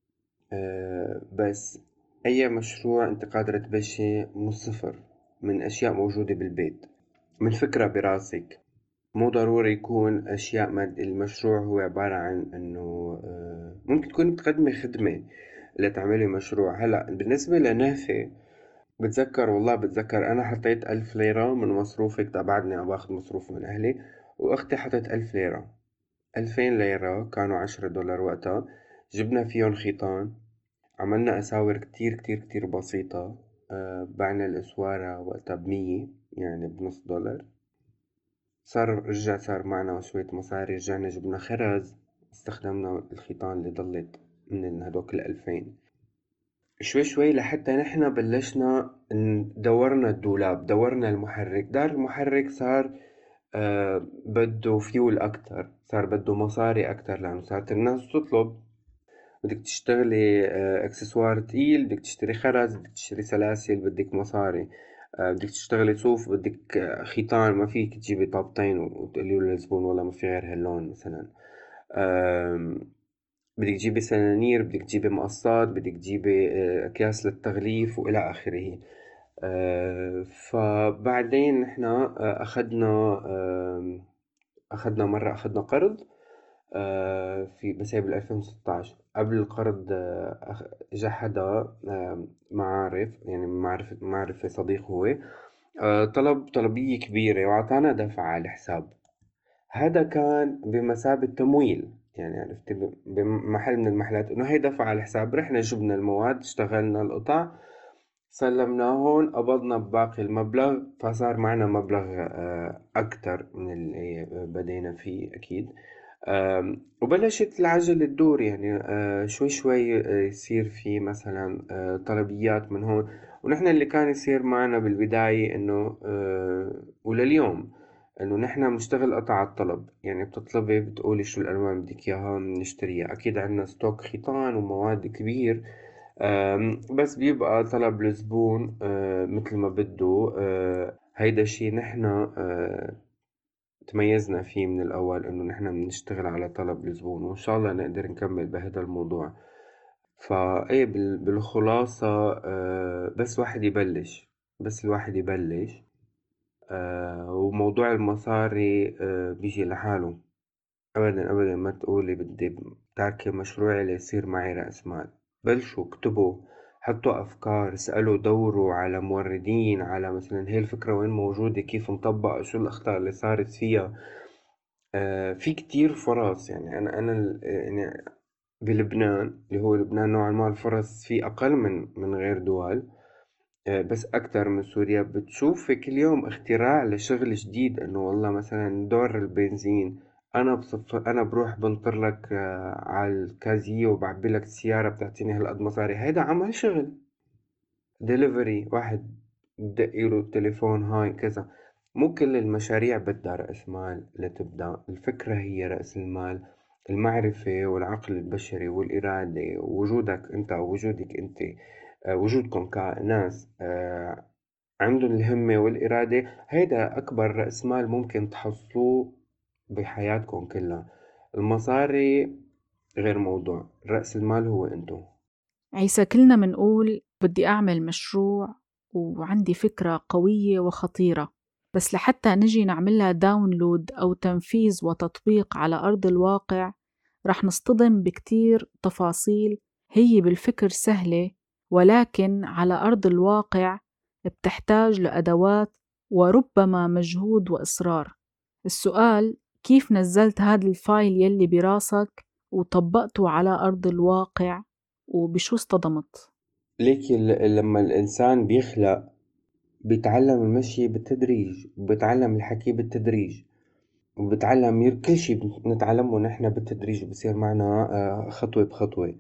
آه، بس أي مشروع أنت قادرة تبلشي من الصفر، من أشياء موجودة بالبيت، من فكرة براسك. مو ضروري يكون أشياء ماد المشروع هو عبارة عن إنه آه، ممكن تكوني بتقدمي خدمة لتعملي مشروع. هلأ بالنسبة لنهفة، بتذكر والله بتذكر أنا حطيت ألف ليرة من مصروفي، بعدني عم باخد مصروف من أهلي، وأختي حطت ألف ليرة. ألفين ليرة كانوا عشرة دولار وقتها. جبنا فيهم خيطان، عملنا أساور كتير كتير كتير بسيطة. آه، بعنا الأسوارة وقتها بمية، يعني بنص دولار. صار رجع صار معنا شوية مصاري، رجعنا جبنا خرز، استخدمنا الخيطان اللي ضلت من هدوك الألفين. شوي شوي لحتى نحنا بلشنا دورنا الدولاب، دورنا المحرك. دار المحرك صار آه بده فيول أكتر، صار بده مصاري أكتر، لأنه صارت الناس تطلب بدك تشتغلي آه اكسسوار تقيل، بدك تشتري خرز، بدك تشتري سلاسل، بدك مصاري. آه بدك تشتغلي صوف، بدك آه خيطان، ما فيك تجيبي طابتين وتقولي للزبون والله ما في غير هاللون مثلا. آم، بدك تجيبي سنانير، بدك تجيبي مقصات، بدك تجيبي آه، أكياس للتغليف وإلى آخره. آه، فبعدين نحن آه، أخدنا آم، أخدنا مرة أخدنا قرض آه، في بس هي بال ألفين وستاشر. قبل القرض آه، أخ- إجا حدا آم، معارف، يعني معرفة معرفة صديق هو، آه، طلب طلبية كبيرة وأعطانا دفع على الحساب. هذا كان بمثابة تمويل، يعني عرفت ب- بمحل من المحلات إنه هي دفع على الحساب. رحنا جبنا المواد، اشتغلنا القطع، سلمناهن، قبضنا بباقي المبلغ، فصار معنا مبلغ آه، أكتر من اللي بدينا فيه أكيد. آم، وبلشت العجلة تدور، يعني آه، شوي شوي آه، يصير في مثلا آه، طلبيات من هون. ونحن اللي كان يصير معنا بالبداية إنه آه، ولليوم إنه نحن بنشتغل قطع على الطلب، يعني بتطلبي بتقولي شو الألوان بدك إياها بنشتريها. أكيد عندنا ستوك خيطان ومواد كبير. آم، بس بيبقى طلب الزبون آه، مثل ما بده. آه، هيدا شي نحن آه، تميزنا فيه من الأول، إنه نحن بنشتغل على طلب الزبون، وإن شاء الله نقدر نكمل بهذا الموضوع. فإيه بال- بالخلاصة آه، بس واحد يبلش، بس الواحد يبلش آه، وموضوع المصاري آه، بيجي لحاله. أبدا أبدا ما تقولي بدي تاركي مشروعي ليصير معي رأس مال. بلشوا اكتبوا، حطوا أفكار، اسألوا، دوروا على موردين، على مثلا هي الفكرة وين موجودة، كيف مطبقة، شو الأخطاء اللي صارت فيها. آه في كتير فرص. يعني أنا أنا ال- يعني بلبنان، اللي هو لبنان نوعا ما الفرص فيه أقل من من غير دول، آه، بس أكتر من سوريا. بتشوف في كل يوم اختراع لشغل جديد، إنه والله مثلا دور البنزين، أنا بصف أنا بروح بنطر لك آه، على الكازيو وبعبي لك السيارة بتعطيني هالقد مصاري. هيدا عمل شغل. ديليفري، واحد بدقيله التليفون هاي كذا. مو كل المشاريع بدها رأس مال لتبدأ. الفكرة هي رأس المال، المعرفة والعقل البشري والإرادة، ووجودك أنت ووجودك أنت، آه، وجودكم كناس آه، عندهم الهمة والإرادة. هيدا أكبر رأس مال ممكن تحصلوه بحياتكم كلها. المصاري غير موضوع، رأس المال هو أنتو. عيسى، كلنا منقول بدي أعمل مشروع وعندي فكرة قوية وخطيرة، بس لحتى نجي نعملها داونلود أو تنفيذ وتطبيق على أرض الواقع رح نصطدم بكتير تفاصيل هي بالفكر سهلة، ولكن على أرض الواقع بتحتاج لأدوات وربما مجهود وإصرار. السؤال: كيف نزلت هذا الفايل يلي براسك وطبقته على أرض الواقع، وبشو اصطدمت؟ ليك ال- لما الإنسان بيخلق بيتعلم المشي بالتدريج، وبيتعلم الحكي بالتدريج، وبتعلم ير- كل شي بنتعلمه نحن بالتدريج، وبصير معنا آه، خطوة بخطوة.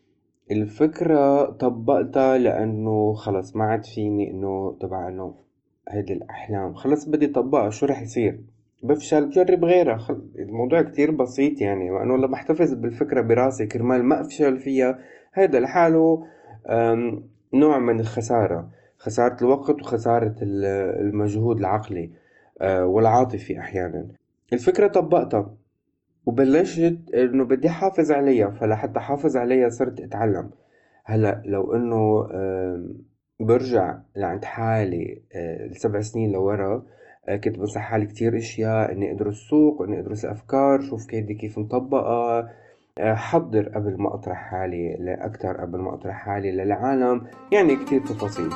الفكرة طبقتها لأنه خلص ما عاد فيني إنه تبع إنه هيدي الأحلام خلص بدي طبقها، شو رح يصير؟ بفشل بجرب غيرها. خل... الموضوع كتير بسيط يعني، وأنه لما احتفظ بالفكرة براسي كرمال ما أفشل فيها، هيدا لحاله أم، نوع من الخسارة، خسارة الوقت وخسارة ال- المجهود العقلي أه، والعاطفي أحيانا. الفكرة طبقتها وبلشت إنه بدي أحافظ عليها، فلحتى أحافظ عليها صرت أتعلم. هلأ لو إنه آم، برجع لعند حالي آه، لسبع سنين لورا، آه، كنت بنصح حالي كتير إشياء، إني أدرس سوق، إني أدرس أفكار، شوف كيدي كيف مطبقة، آه، حضر قبل ما أطرح حالي لأكتر، قبل ما أطرح حالي للعالم، يعني كتير تفاصيل.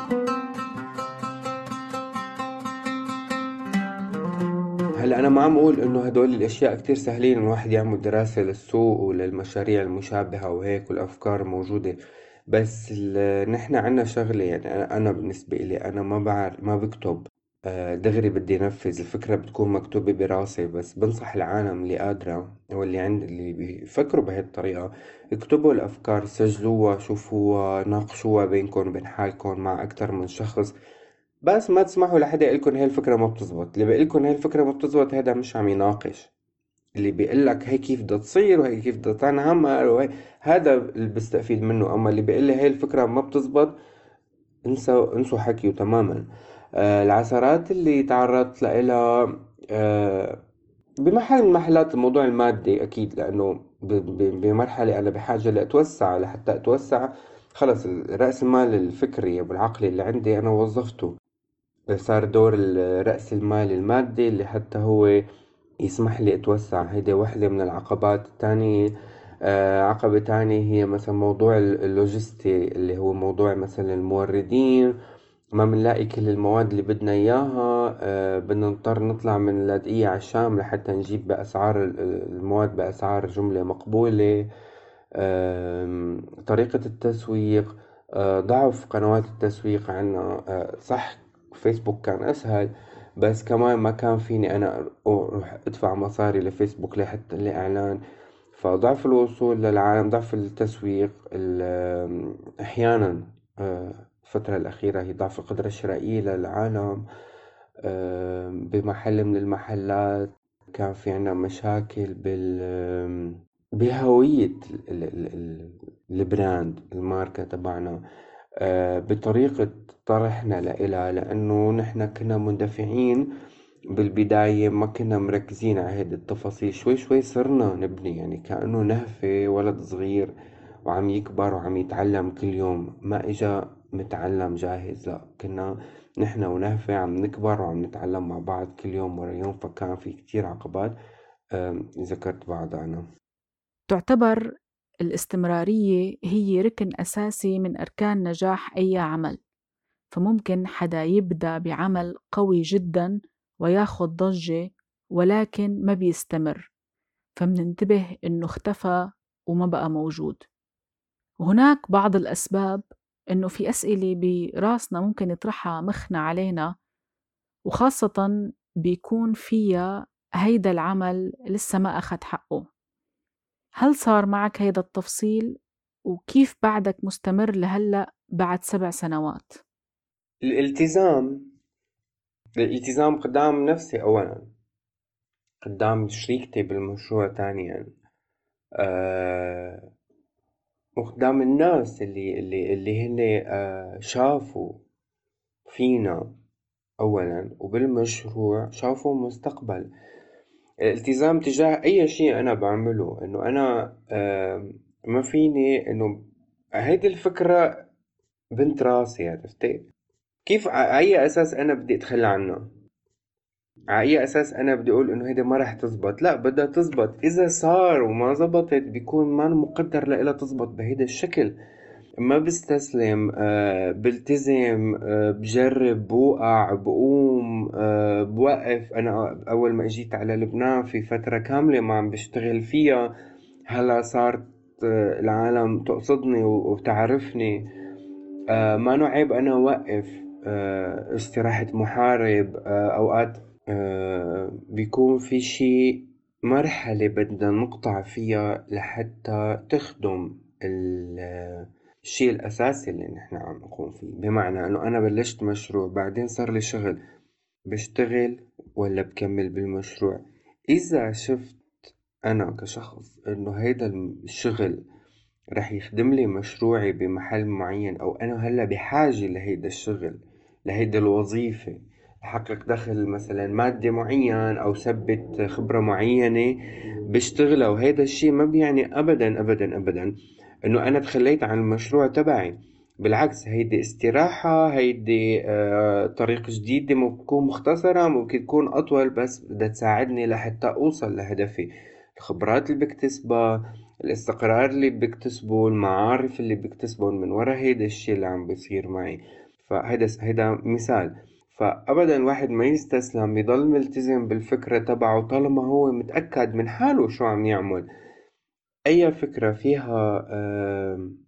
هلا أنا ما عم أقول إنه هدول الأشياء كتير سهلين، إنه الواحد يعمل دراسة للسوق وللمشاريع المشابهة وهيك، والأفكار موجودة. بس ال- نحن عنا شغلة، يعني أنا أنا بالنسبة إلي أنا ما بعرف ما بكتب. آه، دغري بدي نفذ الفكرة بتكون مكتوبة براسي، بس بنصح العالم اللي قادرة أو اللي عند اللي بيفكروا بهي الطريقة اكتبوا الأفكار، سجلوها، شوفوها، ناقشوها بينكم وبين حالكم مع أكتر من شخص. بس ما تسمحوا لحدا يقولكن هاي الفكرة ما بتزبط. اللي بيقولكن هاي الفكرة ما بتزبط هذا مش عم يناقش. اللي بيقلك هي كيف بدها تصير وهي كيف بدها تنعمل وهي، هذا اللي بستفيد منه. أما اللي بيقول لي هاي الفكرة ما بتزبط، انسوا انسوا حكيه تماما. آه العثرات اللي تعرضت لها، آه بمحل من محلات الموضوع المادي أكيد، لأنه ب- ب- بمرحلة أنا بحاجة لأتوسع. لحتى أتوسع خلص رأس المال الفكري والعقلي اللي عندي أنا وظفته. صار دور ال- رأس المال المادي اللي حتى هو يسمح لي أتوسع. هيدي واحدة من العقبات. التانية، آه عقبة تانية هي مثلا موضوع ال- اللوجستي، اللي هو موضوع مثلا الموردين. ما بنلاقي كل المواد اللي بدنا إياها، آه بدنا نضطر نطلع من اللاذقية على الشام لحتى نجيب بأسعار ال- المواد بأسعار جملة مقبولة. آم، طريقة التسويق، آه، ضعف قنوات التسويق عنا. آه، صح، فيسبوك كان أسهل، بس كمان ما كان فيني أنا أروح أدفع مصاري لفيسبوك لحتى الإعلان. فضعف الوصول للعالم، ضعف التسويق، ال- آم، أحيانا آه، الفترة الأخيرة هي ضعف القدرة الشرائية للعالم. آم، بمحل من المحلات كان في عنا مشاكل بال آم، بهوية ال- ال- ال- ال- البراند، الماركة تبعنا. آه، بطريقة طرحنا لإلها، لأنه نحن كنا مندفعين بالبداية، ما كنا مركزين على هيدي التفاصيل. شوي شوي صرنا نبني، يعني كأنه نهفة ولد صغير وعم يكبر وعم يتعلم كل يوم، ما إجا متعلم جاهز. لا، كنا نحن ونهفة عم نكبر وعم نتعلم مع بعض كل يوم ورا يوم. فكان في كتير عقبات، آم، ذكرت بعضها أنا. تعتبر الاستمرارية هي ركن أساسي من أركان نجاح أي عمل، فممكن حدا يبدأ بعمل قوي جدا وياخد ضجة ولكن ما بيستمر، فمننتبه إنه اختفى وما بقى موجود. وهناك بعض الأسباب، إنه في أسئلة براسنا ممكن يطرحها مخنا علينا، وخاصة بيكون فيها هيدا العمل لسه ما أخد حقه. هل صار معك هيدا التفصيل؟ وكيف بعدك مستمر لهلأ بعد سبع سنوات؟ الالتزام. الالتزام قدام نفسي أولا، قدام شريكتي بالمشروع ثانيا، آه وقدام الناس اللي اللي اللي هن آه شافوا فينا أولا، وبالمشروع شافوا مستقبل. الالتزام تجاه أي شيء أنا بعمله، إنه أنا آه ما فيني إنه هيدي الفكرة بنت راسي، عرفتي كيف؟ على أي أساس أنا بدي أتخلى عنها؟ على أي أساس أنا بدي أقول إنه هيدي ما رح تزبط؟ لا، بدها تزبط. إذا صار وما زبطت بيكون ما مقدر لإلها تزبط بهيدا الشكل. ما بستسلم، آه بلتزم، آه بجرب، بوقع، بقوم، آه بوقف. أنا أول ما أجيت على لبنان في فترة كاملة ما عم بشتغل فيها. هلا صارت آه العالم تقصدني وتعرفني. آه ما نوع عيب أنا أوقف. آه استراحة محارب، آه أوقات آه بيكون في شي مرحلة بدنا نقطع فيها لحتى تخدم ال- الشي الأساسي اللي نحن عم نقوم فيه. بمعنى إنه أنا بلشت مشروع، بعدين صار لي شغل، بشتغل ولا بكمل بالمشروع؟ إذا شفت أنا كشخص إنه هيدا الشغل رح يخدم لي مشروعي بمحل معين، أو أنا هلأ بحاجة لهيدا الشغل، لهيدا الوظيفة، أحقق دخل مثلا مادي معين أو ثبت خبرة معينة بشتغلها، وهيدا الشي ما بيعني أبدا أبدا أبدا إنه أنا تخليت عن المشروع تبعي. بالعكس، هيدي استراحة، هيدي آه طريق جديدة، ممكن تكون مختصرة، ممكن تكون أطول، بس بدها تساعدني لحتى أوصل لهدفي. الخبرات اللي بكتسبها، الاستقرار اللي بكتسبه، المعارف اللي بكتسبهم من ورا هيدا الشي اللي عم بيصير معي. فهيدا هيدا مثال. فأبدا الواحد ما يستسلم، يضل ملتزم بالفكرة تبعه طالما هو متأكد من حاله شو عم يعمل. أي فكرة فيها آم،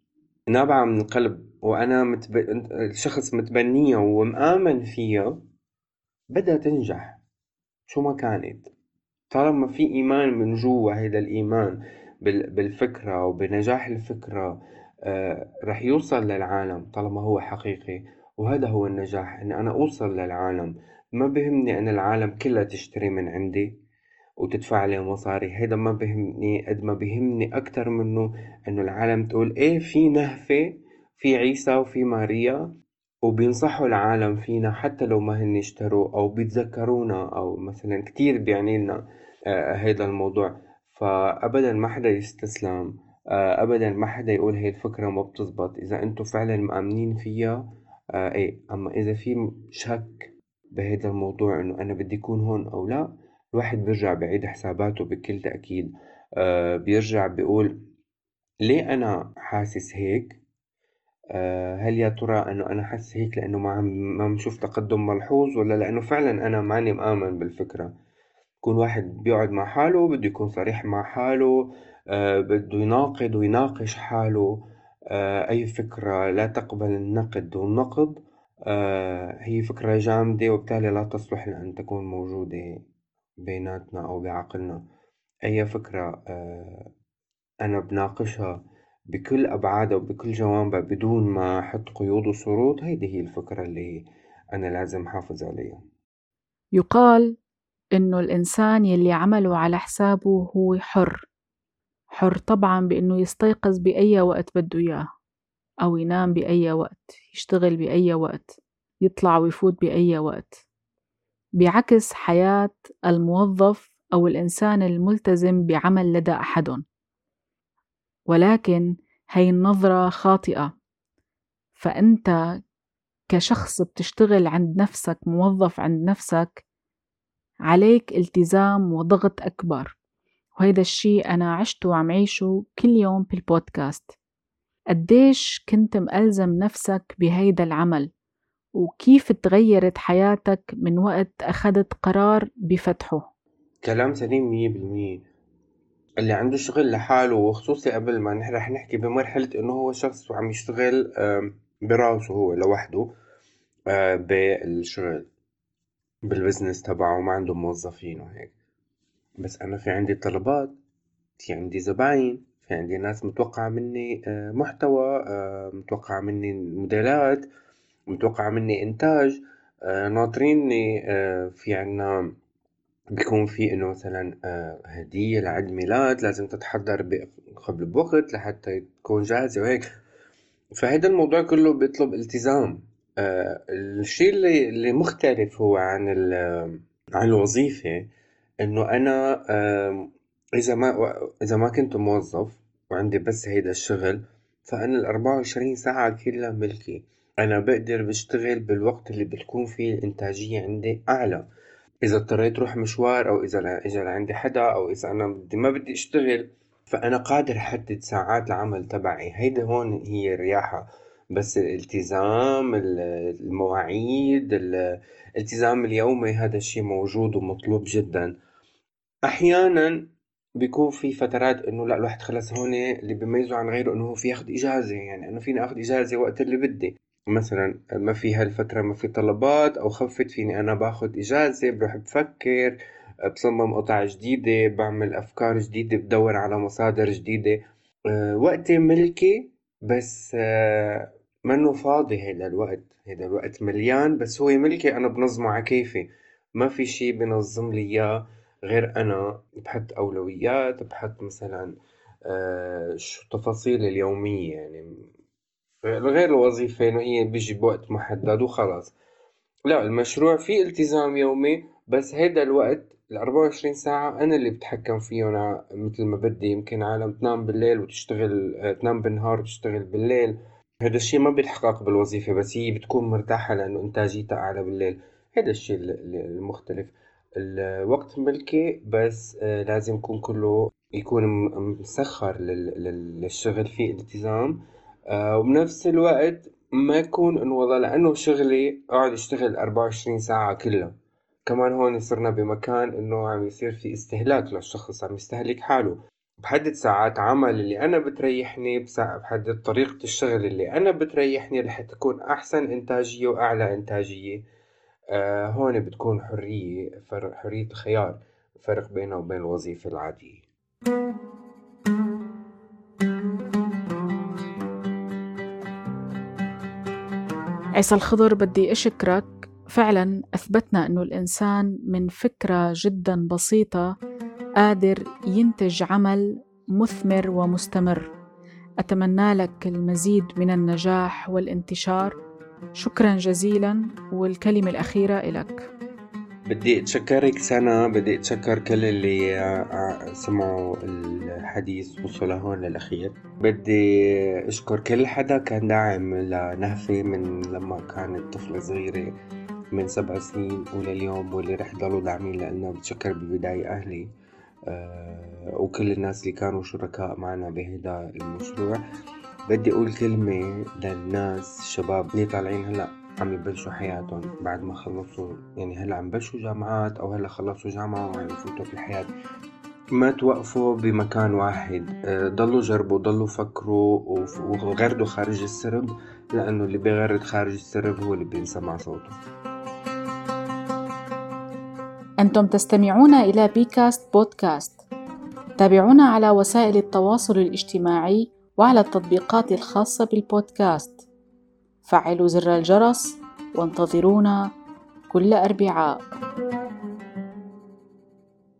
نابعة من القلب وأنا متب... الشخص متبنيها ومآمن فيها، بدها تنجح شو ما كانت. طالما في إيمان من جوا، هيدا الإيمان بال... بالفكرة وبنجاح الفكرة آه رح يوصل للعالم طالما هو حقيقي. وهذا هو النجاح، إن أنا أوصل للعالم. ما بهمني أن العالم كلها تشتري من عندي وتدفع لي مصاري، هيدا ما بهمني قد ما بهمني أكتر منه إنه العالم تقول إيه في نهفة، في عيسى وفي ماريا، وبينصحوا العالم فينا حتى لو ما هن اشتروا أو بيتذكرونا، أو مثلا كتير بيعني لنا آه، هيدا الموضوع. فأبدا ما حدا يستسلم، آه، أبدا ما حدا يقول هي الفكرة ما بتزبط إذا أنتوا فعلا مأمنين فيها. آه إيه، أما إذا في شك بهيدا الموضوع إنه أنا بدي أكون هون أو لا، الواحد بيرجع بعيد حساباته بكل تأكيد. آه بيرجع بيقول ليه أنا حاسس هيك. آه هل يا ترى إنه أنا حاسس هيك لأنه ما عم ما عم شوف تقدم ملحوظ، ولا لأنه فعلا أنا ماني مآمن بالفكرة. يكون واحد بيقعد مع حاله بده يكون صريح مع حاله، آه بده يناقض ويناقش حاله. آه أي فكرة لا تقبل النقد والنقد آه هي فكرة جامدة وبالتالي لا تصلح لأن تكون موجودة بيناتنا أو بعقلنا. أي فكرة آه أنا بناقشها بكل أبعادها وبكل جوانبها بدون ما أحط قيود وشروط، هيدي هي الفكرة اللي أنا لازم أحافظ عليها. يقال إنه الإنسان يلي عمله على حسابه هو حر. حر طبعا بإنه يستيقظ بأي وقت بده إياه، أو ينام بأي وقت، يشتغل بأي وقت، يطلع ويفوت بأي وقت، بعكس حياة الموظف أو الإنسان الملتزم بعمل لدى أحد. ولكن هي النظرة خاطئة. فأنت كشخص بتشتغل عند نفسك، موظف عند نفسك، عليك التزام وضغط أكبر. وهيدا الشيء أنا عشته وعم عيشه كل يوم بالبودكاست. قديش كنت مألزم نفسك بهيدا العمل، وكيف تغيرت حياتك من وقت أخذت قرار بفتحه. كلام سليم مية بالمية. اللي عنده شغل لحاله، وخصوصي قبل ما نح- رح نحكي بمرحلة إنه هو شخص وعم يشتغل آم، براسه هو لوحده آه، بالشغل بالبزنس تبعه وما عنده موظفين وهيك. بس أنا في عندي طلبات، في عندي زباين، في عندي ناس متوقعة مني آه، محتوى، آه، متوقعة مني موديلات، متوقعة مني إنتاج، آه، ناطريني. آه، في عنا بيكون في إنه مثلا آه، هدية لعيد ميلاد لازم تتحضر ب- قبل بوقت لحتى تكون جاهزة وهيك. فهيدا الموضوع كله بيطلب التزام. آه، الشيء اللي اللي مختلف هو عن ال- عن الوظيفة، إنه أنا آم، إذا ما إذا ما كنت موظف وعندي بس هيدا الشغل، فأنا الأربعة وعشرين ساعة كلها ملكي. أنا بقدر بشتغل بالوقت اللي بتكون فيه الإنتاجية عندي أعلى. إذا اضطريت أروح مشوار، أو إذا لا- إجا لعندي حدا، أو إذا أنا بدي ما بدي أشتغل، فأنا قادر أحدد ساعات العمل تبعي. هيدا هون هي الرياحة. بس الالتزام، ال- المواعيد، ال- الالتزام اليومي، هذا الشيء موجود ومطلوب جدا. أحيانا بيكون في فترات إنه لا، الواحد خلص هون اللي بيميزه عن غيره إنه هو في ياخد إجازة. يعني أنا فيني أخد إجازة وقت اللي بدي. مثلا ما في هالفترة ما في طلبات أو خفت، فيني أنا باخد إجازة، بروح بفكر، بصمم قطع جديدة، بعمل أفكار جديدة، بدور على مصادر جديدة. أه وقتي ملكي. بس أه منه فاضي هيدا الوقت. هيدا الوقت مليان بس هو ملكي، أنا بنظمه على كيفي. ما في شي بنظم لي إياه غير أنا. بحط أولويات، بحط مثلا أه شو التفاصيل اليومية يعني، غير الوظيفة إنه هي بيجي بوقت محدد وخلاص. لا، المشروع فيه التزام يومي، بس هيدا الوقت الأربعة وعشرين ساعة أنا اللي بتحكم فيه. أنا مثل ما بدي. يمكن عالم تنام بالليل وتشتغل، آه، تنام بالنهار وتشتغل بالليل. هذا الشيء ما بيتحقق بالوظيفة، بس هي بتكون مرتاحة لأنه إنتاجيتها أعلى بالليل. هذا الشيء ال- ال- المختلف. الوقت ملكي، بس آه، لازم يكون كله يكون م- مسخر لل- لل- للشغل، فيه التزام. آه، وبنفس الوقت ما يكون انه والله لانه شغلي اقعد اشتغل أربعة وعشرين ساعة كلها. كمان هون صرنا بمكان انه عم يصير في استهلاك للشخص، عم يستهلك حاله. بحدد ساعات عمل اللي أنا بتريحني، بسا- بحدد طريقة الشغل اللي أنا بتريحني رح تكون أحسن إنتاجية وأعلى إنتاجية. آه هون بتكون حرية، فرق حرية الخيار، فرق بينه وبين الوظيفة العادية. عيسى الخضر، بدي أشكرك. فعلا أثبتنا أنه الإنسان من فكرة جدا بسيطة قادر ينتج عمل مثمر ومستمر. أتمنى لك المزيد من النجاح والانتشار. شكرا جزيلا، والكلمة الأخيرة إلك. بدي أتشكرك سنة، بدي أتشكر كل اللي ع- ع- سمعوا الحديث وصلوا لهون للأخير. بدي أشكر كل حدا كان داعم لنهفة من لما كانت طفلة صغيرة من سبع سنين ولليوم، واللي رح يضلوا داعمين لنا. بتشكر بالبداية أهلي أه وكل الناس اللي كانوا شركاء معنا بهذا المشروع. بدي أقول كلمة للناس الشباب اللي طالعين هلأ عم يبلشوا حياتهم بعد ما خلصوا، يعني هلأ عم بلشوا جامعات أو هلأ خلصوا جامعة وعم يفوتوا في الحياة. ما توقفوا بمكان واحد، أه ضلوا جربوا، ضلوا فكروا وف- وغردوا خارج السرب، لأنه اللي بيغرد خارج السرب هو اللي بينسمع صوته. أنتم تستمعون إلى بيكاست بودكاست. تابعونا على وسائل التواصل الاجتماعي وعلى التطبيقات الخاصة بالبودكاست. فعلوا زر الجرس وانتظرونا كل أربعاء.